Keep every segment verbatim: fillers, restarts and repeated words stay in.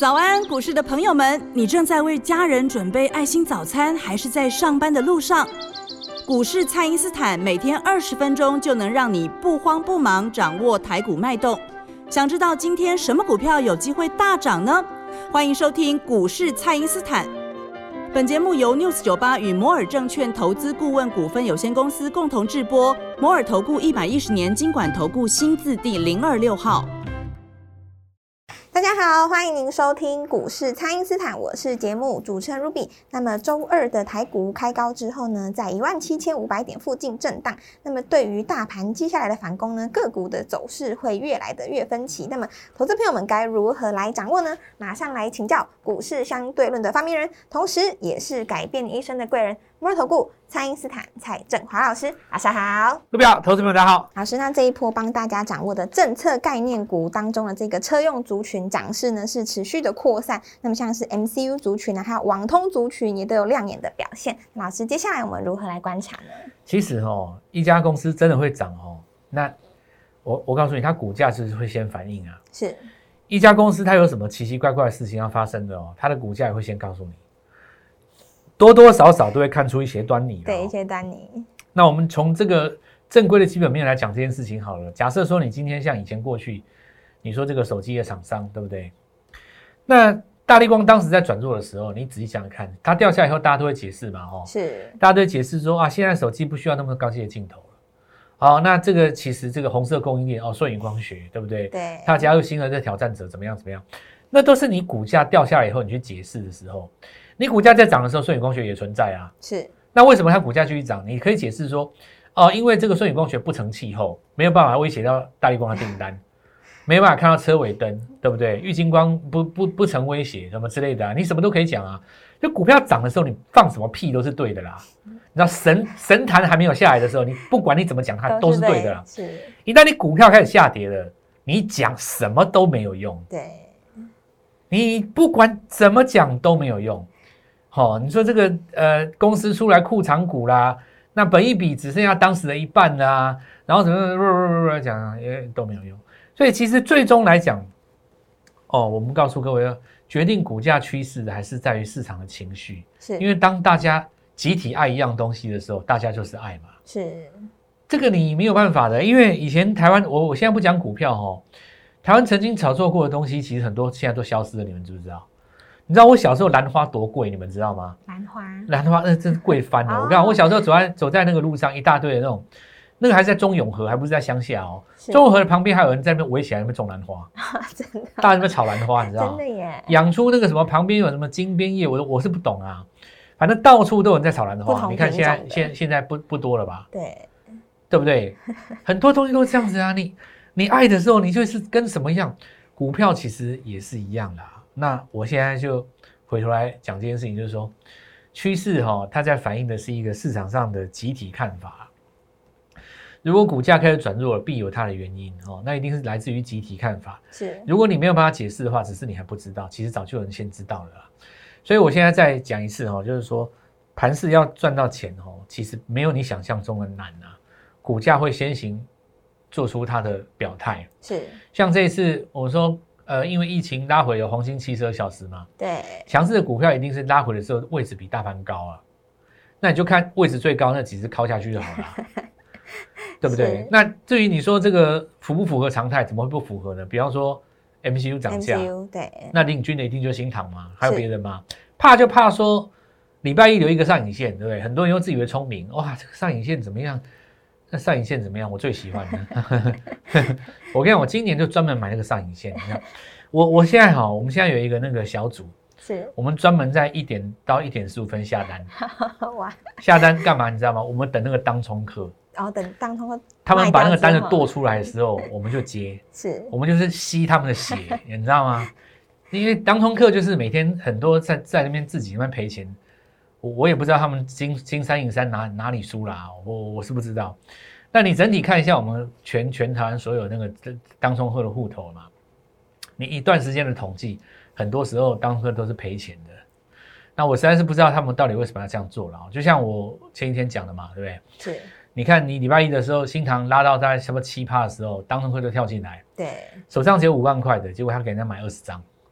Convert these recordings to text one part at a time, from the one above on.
早安，股市的朋友们，你正在为家人准备爱心早餐，还是在上班的路上？股市蔡因斯坦每天二十分钟就能让你不慌不忙掌握台股脉动。想知道今天什么股票有机会大涨呢？欢迎收听股市蔡因斯坦。本节目由 News 九十八与摩尔证券投资顾问股份有限公司共同制播，摩尔投顾一百一十年金管投顾新字第零二六号。 大家好，欢迎您收听股市蔡因斯坦，我是节目主持人 Ruby。那么周二的台股开高之后呢，在一万七千五百点附近震荡。那么对于大盘接下来的反攻呢，个股的走势会越来的越分歧。那么投资朋友们该如何来掌握呢？马上来请教股市相对论的发明人，同时也是改变你一生的贵人。摩尔投顾蔡因斯坦蔡正华老师，老师好。 各位投资朋友大家好。 老师，那这一波帮大家掌握的政策概念股当中的这个车用族群涨势呢是持续的扩散，那么像是 M C U 族群呢，还有网通族群也都有亮眼的表现。老师，接下来我们如何来观察呢？ 其实哦，一家公司真的会涨哦，那我我告诉你，它股价就是会先反应啊。 是一家公司它有什么奇奇怪怪的事情要发生的哦，它的股价也会先告诉你。多多少少都会看出一些端倪、哦、 对，一些端倪。 那我们从这个正规的基本面来讲这件事情好了。假设说你今天像以前过去，你说这个手机的厂商，对不对？那大立光当时在转弱的时候，你仔细想想看，它掉下来以后，大家都会解释嘛，哦， 是， 大家都会解释说啊，现在手机不需要那么高阶的镜头了。好，那这个其实这个红色供应链哦，舜宇光学，对不对？ 对， 它加入新的这挑战者，怎么样怎么样？那都是你股价掉下来以后，你去解释的时候。你股价在涨的时候，舜宇光学也存在啊。 是。 那为什么它股价继续涨？你可以解释说，哦，因为这个舜宇光学不成气候，没有办法威胁到大立光的订单，没有办法看到车尾灯，对不对？玉晶光不不不成威胁，什么之类的啊，你什么都可以讲啊。就股票涨的时候，你放什么屁都是对的啦。你知道神神坛还没有下来的时候，你不管你怎么讲，它都是对的啦。 是。 一旦你股票开始下跌了，你讲什么都没有用。 对。 你不管怎么讲都没有用。好、哦，你说这个呃公司出来库藏股啦，那本益比只剩下当时的一半啦，然后怎么讲也都没有用。所以其实最终来讲，哦，我们告诉各位，决定股价趋势的还是在于市场的情绪。 是， 因为当大家集体爱一样东西的时候，大家就是爱嘛。 是， 这个你没有办法的，因为以前台湾，我我现在不讲股票哦，台湾曾经炒作过的东西，其实很多现在都消失了，你们知不知道？你知道我小时候兰花多贵，你们知道吗？ 兰花， 兰花那真是贵翻了。我跟你讲，我小时候走在走在那个路上，一大堆的那种，那个还是在中永和，还不是在乡下哦。中永和的旁边还有人在那边围起来，那边种兰花， 真的， 大人在那边炒兰花，你知道吗？ 真的耶！ 养出那个什么旁边有什么金边叶，我我是不懂啊。反正到处都有人在炒兰花，你看现在现现在不不多了吧？ 对， 对不对？很多东西都是这样子啊。你你爱的时候，你就是跟什么一样，股票其实也是一样的、啊。那我现在就。回头来讲这件事情，就是说趋势哈、哦，它在反映的是一个市场上的集体看法。如果股价开始转弱了，必有它的原因哦，那一定是来自于集体看法。 是， 如果你没有办法解释的话，只是你还不知道，其实早就有人先知道了啦。所以我现在再讲一次哦，就是说盘势要赚到钱哦，其实没有你想象中的难啊。股价会先行做出它的表态。 是， 像这一次我说。呃，因为疫情拉回有黄金七十二小时嘛， 对， 强势的股票一定是拉回的时候位置比大盘高啊，那你就看位置最高那几只敲下去就好了，对不对？那至于你说这个符不符合常态，怎么会不符合呢？比方说 M C U 涨价， M C U 对， 那领军的一定就是新唐嘛，还有别人吗？怕就怕说礼拜一留一个上影线，对不对？很多人又自以为聪明，哇，这个上影线怎么样？那上影线怎么样？我最喜欢的。我跟你讲，我今年就专门买那个上影线。你看，我我现在哈，我们现在有一个那个小组， 是我们专门在一点到一点十五分下单。 哇！ 下单干嘛？你知道吗？我们等那个当冲客， 然后等当冲客他们把那个单子剁出来的时候，我们就接。 是， 我们就是吸他们的血，你知道吗？因为当冲客就是每天很多在在那边自己那边赔钱。我我也不知道他们金金山银山哪哪里输啦，我我是不知道。那你整体看一下我们全全台湾所有那个当冲客的户头嘛，你一段时间的统计，很多时候当冲客都是赔钱的。那我实在是不知道他们到底为什么要这样做了。就像我前一天讲的嘛，对不对？ 是。 你看你礼拜一的时候，新唐拉到大概差不多七趴的时候，当冲客就跳进来， 对， 手上只有五万块的，结果他给人家买二十张，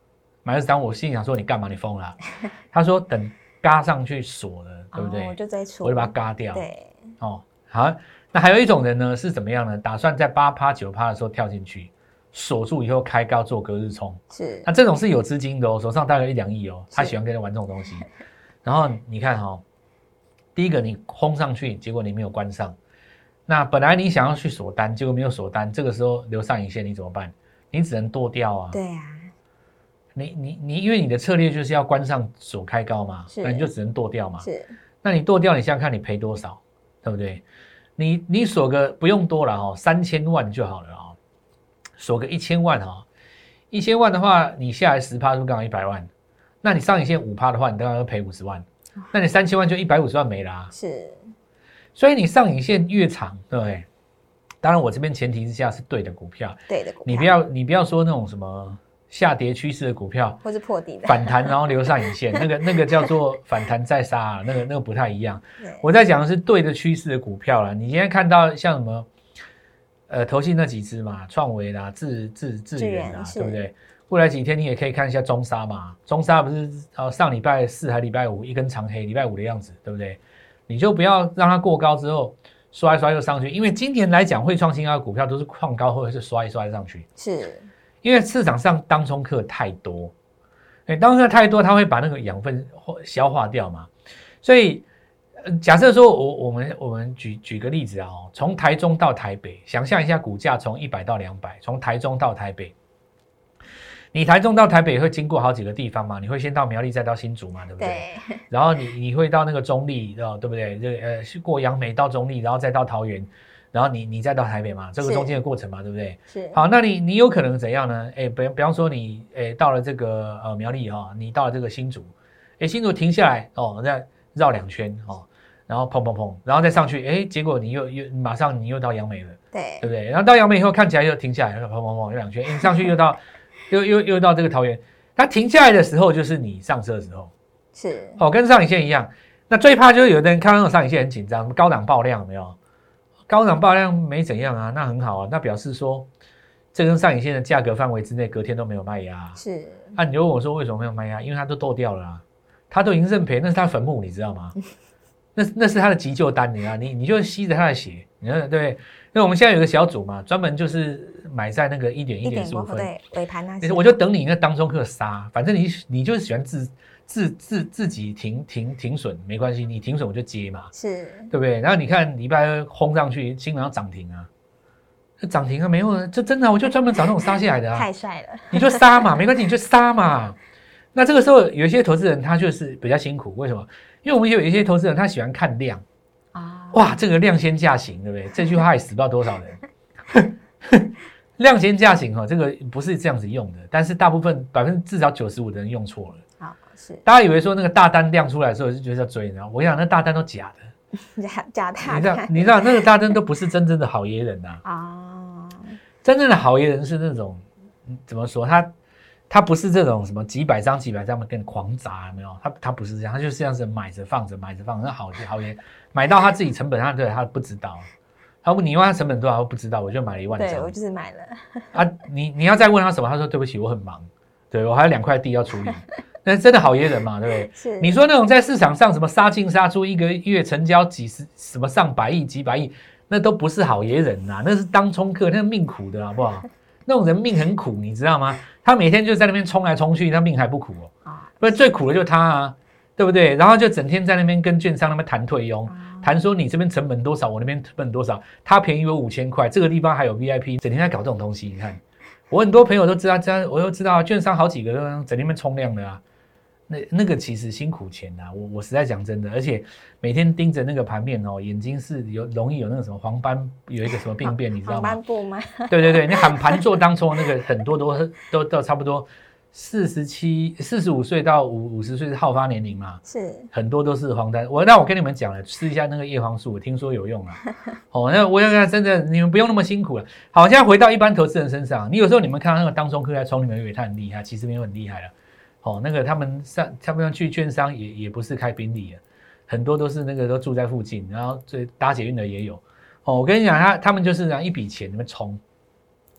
买二十张，我心里想说你干嘛？你疯了、啊？他说等嘎上去锁了，对不对？ 哦、我就再出， 我就把它嘎掉。 对， 哦，好，那还有一种人呢是怎么样呢？打算在八趴九趴的时候跳进去，锁住以后开高做隔日冲。 是， 那这种是有资金的哦，手上大概一两亿哦，他喜欢跟人玩这种东西。然后你看哈、哦，第一个你轰上去，结果你没有关上。那本来你想要去锁单，结果没有锁单，这个时候留上影线你怎么办？你只能剁掉啊。 对啊。 你你你，因为你的策略就是要关上锁开高嘛，那你就只能剁掉嘛。 是。 那你剁掉，你想想看你赔多少，对不对？你你锁个不用多了哦，三千万就好了哦，锁个一千万哦，一千万的话，你下来十趴就刚好一百万，那你上影线五趴的话，你当然要赔五十万，那你三千万就一百五十万没了啊。 是。 所以你上影线越长，对不对？当然，我这边前提之下是对的股票， 对的股票， 你不要你不要说那种什么下跌趋势的股票， 或是破底的反弹然后留上影线，那个那个叫做反弹再杀、啊，那个那个不太一样。我在讲的是对的趋势的股票啦。你今天看到像什么，呃，投信那几只嘛，创维啦、智智智原啦，对不对？未来几天你也可以看一下中砂嘛，中砂不是呃上礼拜四还礼拜五一根长黑，礼拜五的样子，对不对？你就不要让它过高之后刷一刷又上去，因为今年来讲会创新高的股票都是创高或者是刷一刷上去， 是因为市场上当冲客太多，哎，当冲客太多，它会把那个养分消化掉嘛，所以、呃、假设说我我们我们举举个例子啊，从台中到台北，想象一下股价从一百到两百，从台中到台北。你台中到台北会经过好几个地方嘛？你会先到苗栗，再到新竹嘛，对不对？ 对。 然后你你会到那个中立，对不对？这呃过杨梅到中立，然后再到桃园，然后你你再到台北嘛，这个中间的过程嘛，对不对？ 是。 好，那你你有可能怎样呢？哎，比比方说你哎到了这个呃苗栗哦，你到了这个新竹，哎新竹停下来哦，再绕两圈哦，然后砰砰砰，然后再上去，哎，结果你又又马上你又到杨梅了， 对对不对？然后到杨梅以后看起来又停下来，砰砰砰又两圈，你上去又到。又又又到这个桃园，它停下来的时候就是你上车的时候， 是哦，跟上影线一样。那最怕就是有的人看到那种上影线很紧张，高档爆量有没有？高档爆量没怎样啊，那很好啊，那表示说这根上影线的价格范围之内，隔天都没有卖压、啊。 是啊，你就问我说为什么没有卖压？因为它都剁掉了、啊，它都已经认赔，那是他坟墓，你知道吗？那那是他的急救单，你知道，你你就吸着他的血，你看对。那我们现在有个小组嘛，专门就是买在那个一点一点十五分， 对尾盘那些， 我就等你那当中客杀，反正你你就是喜欢自自自自己停停停损没关系，你停损我就接嘛， 是， 对不对？然后你看礼拜二轰上去，基本上涨停啊，涨停啊没有啊，这真的、啊、我就专门找那种杀下来的啊， 太帅了， 你就杀嘛，没关系，你就杀嘛。那这个时候有一些投资人他就是比较辛苦，为什么？因为我们有一些投资人他喜欢看量。哇，这个量先价行，对不对？这句话还死不知道多少人。量先价行哈，这个不是这样子用的，但是大部分百分之至少九十五的人用错了。 好，是大家以为说那个大单量出来的时候就觉得要追，然后我想那大单都假的，假假大单。 你知道，你知道那个大单都不是真正的好爷人呐。啊，真正的好爷人是那种怎么说？他他不是这种什么几百张几百张跟狂砸，有没有？他他不是这样，他就是这样子买着放着买着放着，那好好爷。买到他自己成本上对他不知道，他问你问他成本多少不知道，我就买了一万张。 对，我就是买了。 啊，你你要再问他什么，他说对不起，我很忙，对我还有两块地要处理。那真的好爷人嘛，对不对？ 是。 你说那种在市场上什么杀进杀出，一个月成交几十什么上百亿、几百亿，那都不是好爷人呐、啊，那是当冲客，那命苦的好不好？那种人命很苦，你知道吗？他每天就在那边冲来冲去，他命还不苦哦。啊，不是最苦的就是他啊。对不对？然后就整天在那边跟券商那边谈退佣，谈说你这边成本多少，我那边成本多少，他便宜我五千块，这个地方还有 V I P， 整天在搞这种东西。你看，我很多朋友都知道，这样我都知道，券商好几个都整天在冲量的啊。那那个其实辛苦钱啊，我我实在讲真的，而且每天盯着那个盘面哦，眼睛是有容易有那个什么黄斑，有一个什么病变，你知道吗？ 黄斑部吗？ 对对对，你喊盘做当冲那个很多都都都差不多。四十七、四十五岁到五五十岁是好发年龄嘛， 是很多都是黄疸。我那我跟你们讲了，吃一下那个叶黄素，我听说有用啊。哦，那我要真的你们不用那么辛苦了。好，现在回到一般投资人身上，你有时候你们看到那个当冲客在冲，你们以为他很厉害，其实没有很厉害了。哦，那个他们上他们去券商也也不是开宾利的，很多都是那个都住在附近，然后最搭捷运的也有。哦，我跟你讲，他他们就是拿一笔钱你们冲。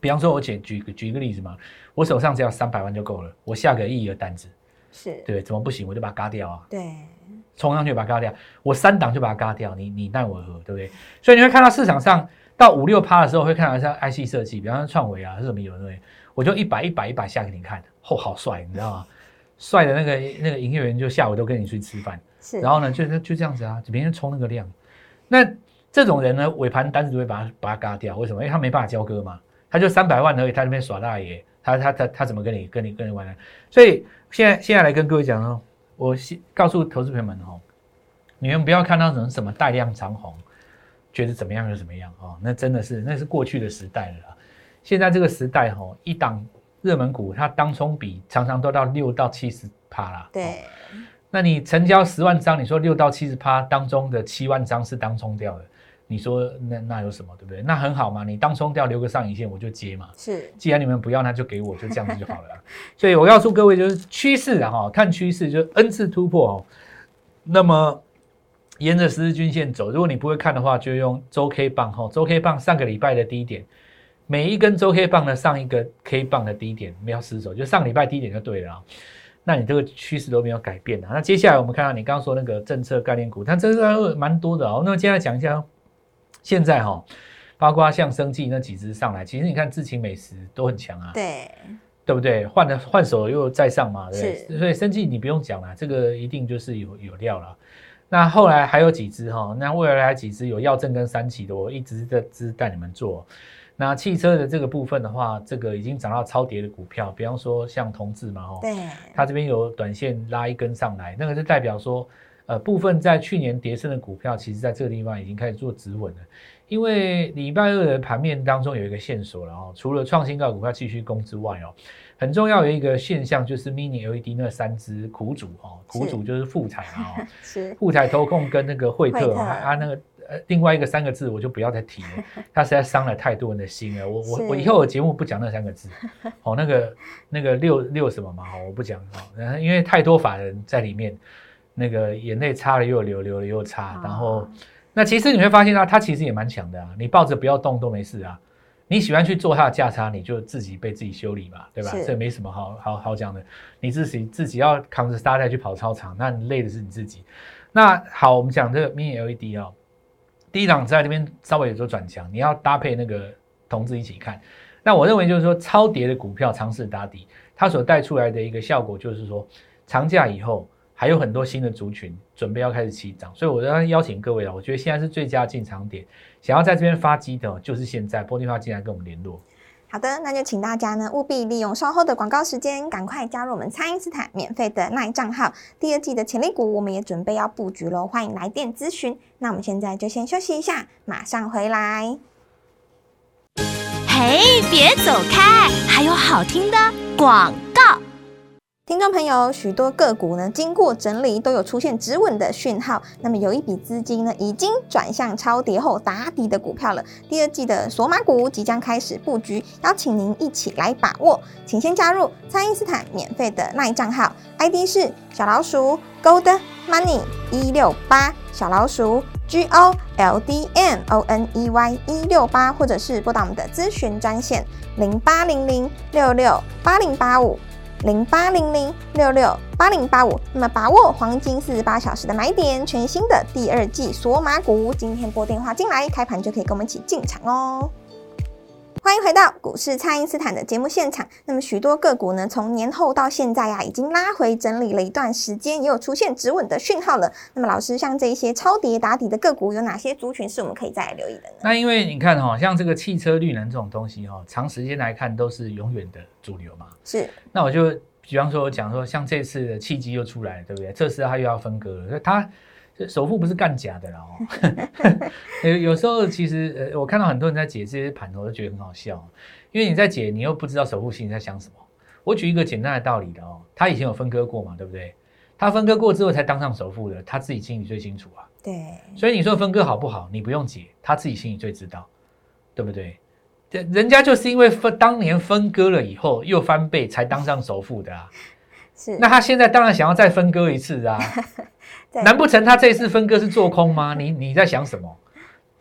比方说我举举举一个例子嘛，我手上只要三百万就够了，我下个一亿的单子， 是对，怎么不行？我就把它嘎掉啊， 对， 冲上去把它嘎掉，我三档就把它嘎掉，你你奈我何，对不对？所以你会看到市场上到五六趴的时候，会看到像 I C 设计，比方说创维啊，是什么有的，我就一百一百一百下给你看，哦，好帅，你知道吗？帅的那个那个营业员就下午都跟你去吃饭， 是， 然后呢就就这样子啊，每天冲那个量，那这种人呢，尾盘单子就会把它把它嘎掉，为什么？因为他没办法交割嘛，他就三百万而已，他那边耍大爷，他他他他怎么跟你跟你跟你玩呢？所以现在现在来跟各位讲哦，我告诉投资朋友们哦，你们不要看到什么什么带量长红，觉得怎么样就怎么样哦，那真的是那是过去的时代了啦。现在这个时代哦，一档热门股它当冲比常常都到六到七十趴啦。 对、 哦，那你成交十万张，你说六到七十趴当中的七万张是当冲掉的。你说那那有什么，对不对？那很好嘛，你当冲掉留个上影线我就接嘛。 是， 既然你们不要，那就给我，就这样子就好了。所以我告诉各位，就是趋势啊，哈，看趋势就是 N 次突破哦。那么沿着十日均线走，如果你不会看的话，就用周 K 棒哈，周 K 棒上个礼拜的低点，每一根周 K 棒的上一个 K 棒的低点没有失手，就上礼拜低点就对了啊。那你这个趋势都没有改变啊。那接下来我们看到你刚刚说那个政策概念股，它这个蛮多的哦。那接下来讲一下。现在哈、哦，包括像生技那几只上来，其实你看智勤美食都很强啊， 对， 对不对？换了换手又再上嘛，对不对？ 是， 所以生技你不用讲了，这个一定就是有有料了。那后来还有几只哈、哦，那未来还几只有耀正跟三期的，我一直在只带你们做。那汽车的这个部分的话，这个已经涨到超跌的股票，比方说像同志嘛，哦， 对， 它这边有短线拉一根上来，那个是代表说。呃，部分在去年跌升的股票，其实在这个地方已经开始做止稳了。因为礼拜二的盘面当中有一个线索了哦，除了创新高股票继续攻之外哦，很重要有一个现象就是 mini L E D 那三只苦主哦，苦主就是富彩嘛哦， 是富彩投控跟那个惠特啊， 啊那个呃另外一个三个字我就不要再提了，它实在伤了太多人的心了。我我我以后的节目不讲那三个字哦，那个那个六六什么嘛哦，我不讲哦，因为太多法人在里面。那个眼泪擦了又流，流了又擦，然后那其实你会发现啊，他其实也蛮强的啊，你抱着不要动都没事啊。你喜欢去做他的价差，你就自己被自己修理嘛，对吧？这没什么好好好讲的。你自己自己要扛着沙袋去跑操场，那你累的是你自己。那好，我们讲这个 mini L E D 哦，第一档在这边稍微有所转强，你要搭配那个同志一起看。那我认为就是说，超跌的股票尝试打底，它所带出来的一个效果就是说，长假以后。还有很多新的族群准备要开始起涨，所以我要邀请各位啊，我觉得现在是最佳进场点。想要在这边发机的，就是现在拨电话进来跟我们联络。 好的，那就请大家呢务必利用稍后的广告时间，赶快加入我们蔡因斯坦免费的 LINE 账号。第二季的潜力股我们也准备要布局咯，欢迎来电咨询。那我们现在就先休息一下，马上回来。 嘿，别走开，还有好听的广告。 听众朋友，许多个股呢经过整理都有出现止稳的讯号，那么有一笔资金呢已经转向超跌后打底的股票了。第二季的索马股即将开始布局，邀请您一起来把握。请先加入蔡因斯坦免费的 LINE 账号 ，I D 是小老鼠 Gold Money 一六八，小老鼠 G O L D M O N E Y 一六八，或者是拨打我们的咨询专线零八零零六六八零八五。零八零零六六八零八五，那么把握黄金四十八小时的买点，全新的第二季索马股，今天拨电话进来，开盘就可以跟我们一起进场哦。欢迎回到股市蔡因斯坦的节目现场。那么许多个股呢，从年后到现在啊，已经拉回整理了一段时间，也有出现止稳的讯号了。那么老师，像这一些超跌打底的个股，有哪些族群是我们可以再来留意的呢？ 那因为你看哈、哦，像这个汽车绿能这种东西哈、哦，长时间来看都是永远的主流嘛。是。那我就比方说我讲说，像这次的契机又出来了，对不对？特斯拉它又要分割了，所以它。首富不是干假的啦哦，有有时候其实呃，我看到很多人在解这些盘头，我就觉得很好笑，因为你在解，你又不知道首富心里在想什么。我举一个简单的道理的哦，他以前有分割过嘛，对不对？他分割过之后才当上首富的，他自己心里最清楚啊。对，所以你说分割好不好，你不用解，他自己心里最知道，对不对？人家就是因为分当年分割了以后又翻倍才当上首富的啊。是，那他现在当然想要再分割一次啊。难不成他这次分割是做空吗？你你在想什么？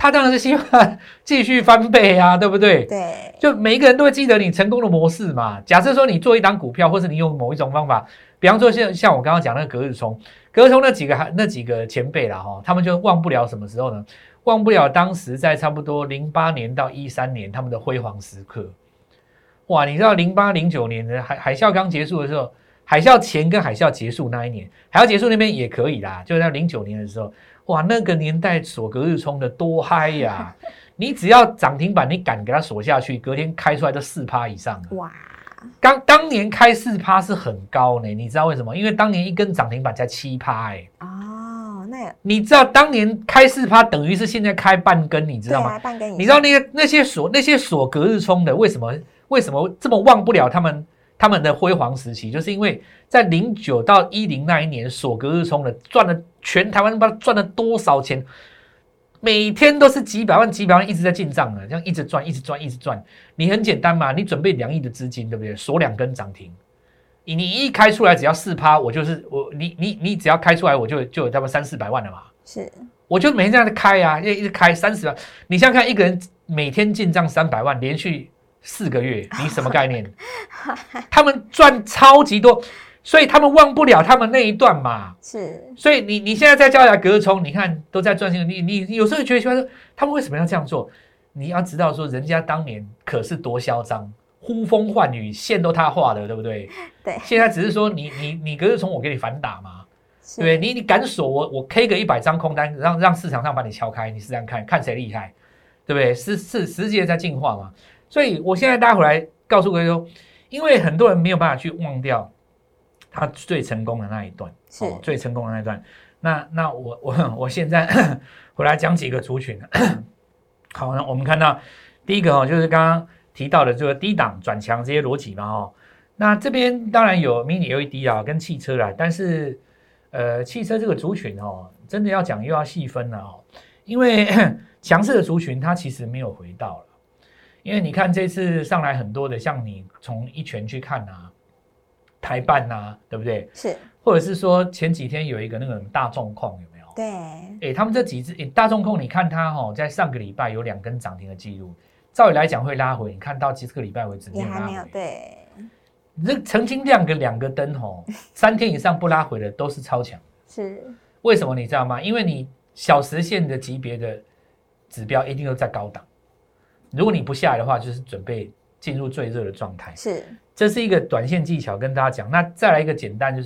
他当然是希望继续翻倍啊，对不对？ 对， 就每一个人都会记得你成功的模式嘛。假设说你做一档股票，或是你用某一种方法，比方说像像我刚刚讲那个隔日冲，隔日冲那几个那几个前辈啦哈，他们就忘不了什么时候呢？忘不了当时在差不多零八年到一三年他们的辉煌时刻。哇，你知道零八零九年的海海啸刚结束的时候，海啸前跟海啸结束那一年，海啸结束那边也可以啦，就在零九年的时候。哇，那个年代锁隔日冲的多嗨呀！你只要涨停板，你敢给它锁下去，隔天开出来都四趴以上了。哇，刚当年开四趴是很高呢，你知道为什么？因为当年一根涨停板才七趴哎。哦，那你知道当年开四趴等于是现在开半根，你知道吗？对啊，半根以上。你知道那些那些锁那些锁隔日冲的，为什么为什么这么忘不了他们？他们的辉煌时期，就是因为在零九到一零那一年锁隔日冲的，赚了全台湾不知道赚了多少钱，每天都是几百万几百万一直在进账了，这样一直赚一直赚一直赚。你很简单嘛，你准备两亿的资金，对不对？锁两根涨停，你一开出来只要四趴，我就是我你你你只要开出来，我就就有差不多三四百万了嘛。是，我就每天这样子开啊，一直开三十万。你想想看，一个人每天进账三百万，连续四个月，你什么概念？他们赚超级多，所以他们忘不了他们那一段嘛。是，所以你你现在在教人家隔日冲，你看都在赚钱，你你你有时候觉得说他们为什么要这样做？你要知道说，人家当年可是多嚣张，呼风唤雨，线都他画的，对不对？对。现在只是说你你你隔日冲，我给你反打嘛，对不对？你你敢锁我，我 K 个一百张空单，让让市场上把你敲开，你试试看看谁厉害，对不对？是是世界在进化嘛。所以我现在大家回来告诉各位说，因为很多人没有办法去忘掉他最成功的那一段，是、哦、最成功的那一段。那那我我我现在回来讲几个族群。好，那我们看到第一个哦，就是刚刚提到的这个低档转强这些逻辑嘛哦。那这边当然有 mini L E D 啊，跟汽车啦，但是呃汽车这个族群哦，真的要讲又要细分了哦，因为强势的族群它其实没有回到了。因为你看这次上来很多的，像你从一拳去看啊，台半啊，对不对？是，或者是说前几天有一个那个大众控有没有？对，哎，他们这几只大众控，你看它哦，在上个礼拜有两根涨停的记录，照理来讲会拉回，你看到这个礼拜为止没有拉回，也还没有，对。这曾经亮个两个灯哦，三天以上不拉回的都是超强。是，为什么你知道吗？因为你小时线的级别的指标一定都在高档。如果你不下来的话，就是准备进入最热的状态。是，这是一个短线技巧，跟大家讲。那再来一个简单，就是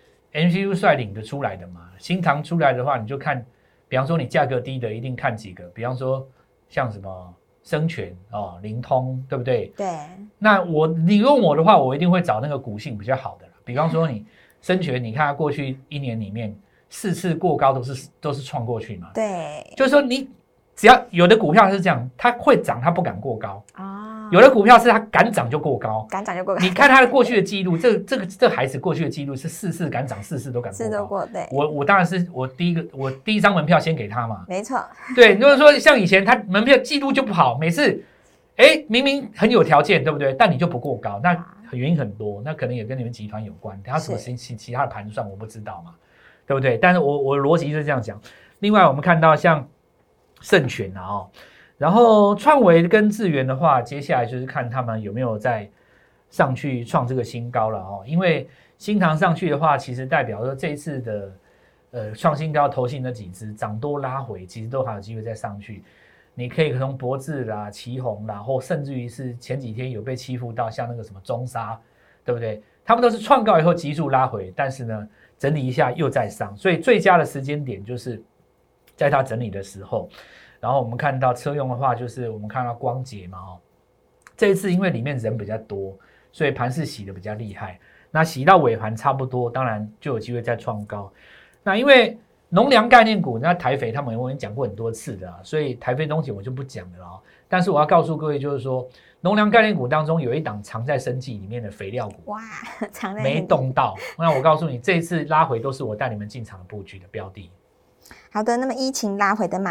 M C U 率领的出来的嘛。新唐出来的话，你就看，比方说你价格低的，一定看几个，比方说像什么生全哦、灵通，对不对？对。那我你问我的话，我一定会找那个股性比较好的啦。比方说你生全，你看过去一年里面四次过高都是都是创过去嘛。对。就是说你。只要有的股票是这样，它会涨，它不敢过高啊；有的股票是它敢涨就过高，敢涨就过高。你看它的过去的记录，这这个这孩子过去的记录是四次敢涨，四次都敢过高。四都过，对。我我当然是我第一个，我第一张门票先给他嘛。没错。对，就是说像以前他门票记录就不好，每次哎明明很有条件，对不对？但你就不过高，那原因很多，那可能也跟你们集团有关，他什么其其他的盘算我不知道嘛，对不对？但是我我的逻辑是这样讲。另外我们看到像。盛全啊哦，然后创维跟智原的话，接下来就是看他们有没有再上去创这个新高了哦。因为新唐上去的话，其实代表说这一次的呃创新高投信那几只涨多拉回，其实都还有机会再上去。你可以从博智啦、奇宏啦，或甚至于是前几天有被欺负到像那个什么中沙，对不对？他们都是创高以后急速拉回，但是呢整理一下又再上，所以最佳的时间点就是在它整理的时候。然后我们看到车用的话，就是我们看到光捷嘛哦，这一次因为里面人比较多，所以盘势洗的比较厉害。那洗到尾盘差不多，当然就有机会再创高。那因为农粮概念股，那台肥他们我已经讲过很多次的啊，所以台肥东西我就不讲了哦。但是我要告诉各位，就是说农粮概念股当中有一档藏在生技里面的肥料股，哇，藏在没动到。那我告诉你，这一次拉回都是我带你们进场布局的标的。 好的，那么依情拉回的买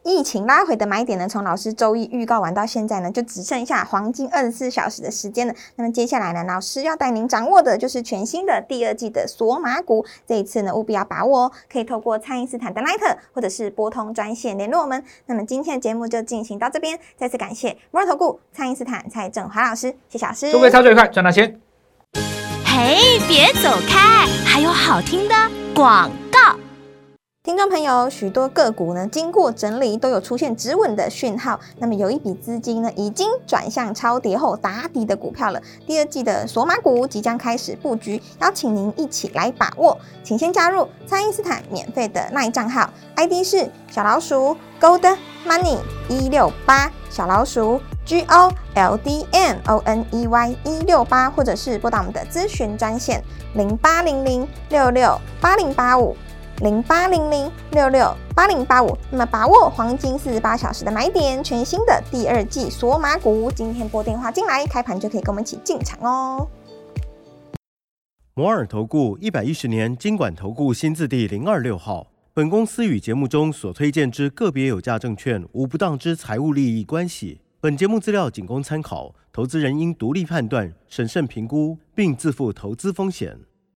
疫情拉回的买点呢，从老师周一预告完到现在呢，就只剩下黄金二十四小时的时间了。那么接下来呢，老师要带您掌握的就是全新的第二季的索马股，这一次呢务必要把握哦，可以透过蔡因斯坦的 LINE 或者是拨通专线联络我们。那么今天的节目就进行到这边，再次感谢摩尔投顾蔡因斯坦蔡正华老师，谢谢老师。 祝各位操作愉快，赚大钱！ 嘿，别走开，还有好听的广告。 听众朋友，许多个股呢经过整理都有出现止稳的讯号，那么有一笔资金呢已经转向超跌后打底的股票了。第二季的索马股即将开始布局，邀请您一起来把握。请先加入蔡因斯坦免费的 LINE 账号 ，I D 是小老鼠 Gold Money 一六八，小老鼠 G O L D M O N E Y 一六八，或者是拨打我们的咨询专线零八零零六六八零八五。零八零零六六八零八五，那么把握黄金四十八小时的买点，全新的第二季索马股，今天拨电话进来，开盘就可以跟我们一起进场哦。 摩尔投顾一百一十年金管投顾新字第零二六号，本公司与节目中所推荐之个别有价证券无不当之财务利益关系。本节目资料仅供参考，投资人应独立判断、审慎评估，并自负投资风险。